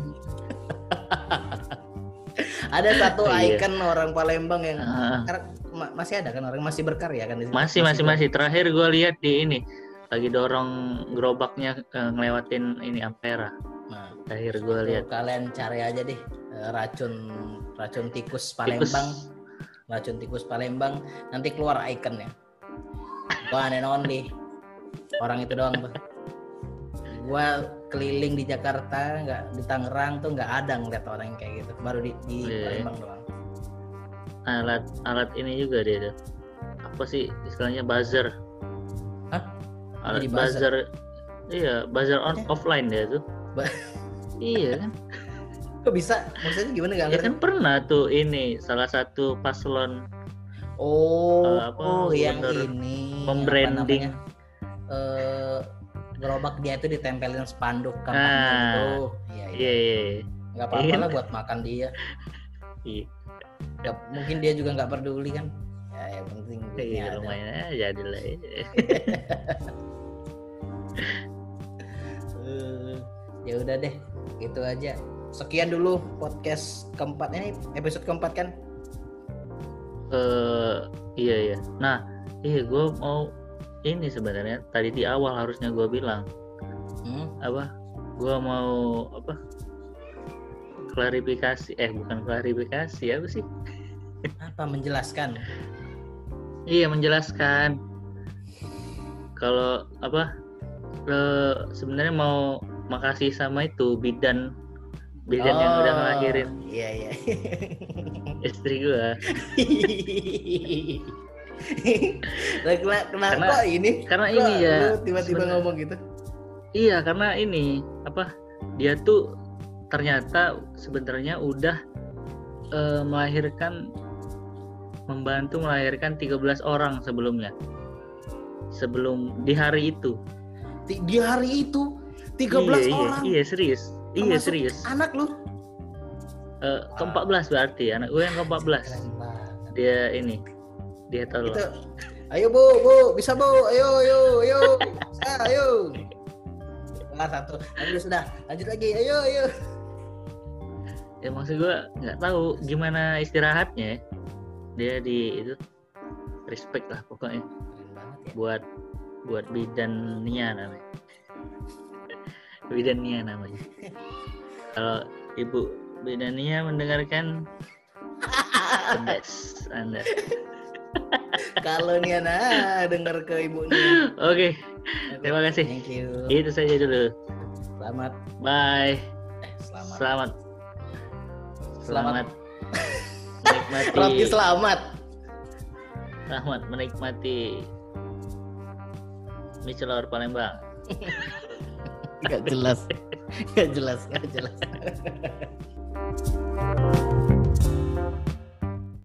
B: Ada satu
A: iya.
B: ikon orang Palembang yang
A: uh,
B: ma- masih ada kan, orang masih berkarya kan di sini.
A: Masih masih masih. Terakhir gue lihat di ini lagi dorong gerobaknya uh, ngelewatin ini Ampera.
B: Nah,
A: terakhir gue lihat.
B: Kalian cari aja deh racun racun tikus Palembang. Tikus. Racun tikus Palembang, nanti keluar ikonnya. Wah, and only. Orang itu doang tuh. Gua keliling di Jakarta, nggak di Tangerang tuh nggak ada ngeliat orang yang kayak gitu. Baru di, di yeah. Palembang doang.
A: Alat alat ini juga dia tuh. Apa sih istilahnya buzzer?
B: Hah?
A: Alat buzzer. buzzer. Iya, buzzer on offline dia tuh. Ba- iya kan?
B: Kok bisa? Maksudnya gimana gak ngerti?
A: Ya kan pernah tuh ini salah satu paslon.
B: Oh,
A: uh, apa,
B: oh yang ini.
A: Membranding.
B: Uh, gerobak dia itu ditempelin spanduk kampanye nah, itu.
A: Iya, iya. iya.
B: Gak apa-apa lah buat makan dia.
A: Iya.
B: Gak, mungkin dia juga nggak peduli kan. Ya, yang penting.
A: Iya, lumayan aja adalah.
B: uh, ya udah deh, gitu aja. Sekian dulu podcast keempat ini, episode keempat kan?
A: Eh uh, iya iya. Nah, iya gue mau ini sebenarnya tadi di awal harusnya gue bilang hmm? apa? Gue mau apa? Klarifikasi, eh bukan klarifikasi apa sih?
B: Apa menjelaskan?
A: Iya, menjelaskan kalau apa eh, sebenarnya mau makasih sama itu bidan bidan yang udah ngelahirin
B: Iya iya.
A: istri gua.
B: Lah, kena- kenapa
A: Karena-
B: kok ini?
A: karena
B: Kok
A: ini ya,
B: lu tiba-tiba
A: sebenarnya-
B: ngomong gitu.
A: Iya, karena ini apa dia tuh ternyata sebenarnya udah eh, melahirkan membantu melahirkan tiga belas orang sebelumnya. Sebelum di hari itu.
B: Di, di hari itu tiga belas
A: iya,
B: orang.
A: Iya, iya serius. Iya,
B: Termasuk
A: serius.
B: Anak lu.
A: Eh, ke empat belas berarti anak gue yang ke empat belas.
B: Keren banget.
A: Dia ini dia tolong.
B: Itu. Ayo Bu, Bu, bisa Bu. Ayo, ayo, ayo. Bisa, ayo. Kelar satu. Lanjut sudah. Lanjut lagi. Ayo, ayo.
A: Ya maksud gue nggak tahu gimana istirahatnya. Dia di itu respect lah pokoknya
B: Keren banget ya.
A: buat buat bidan Nia namanya. Bidan Nia namanya. Kalau Ibu Bidan Nia mendengarkan pedas Anda.
B: Kalau nih anak dengar ke ibunya.
A: Oke, terima kasih.
B: Thank you.
A: Itu saja dulu.
B: Selamat.
A: Bye.
B: Eh, selamat.
A: Selamat.
B: Selamat.
A: Selamat menikmati.
B: Roti selamat.
A: Selamat menikmati mie celor Palembang.
B: Gak jelas. Gak jelas. Gak jelas.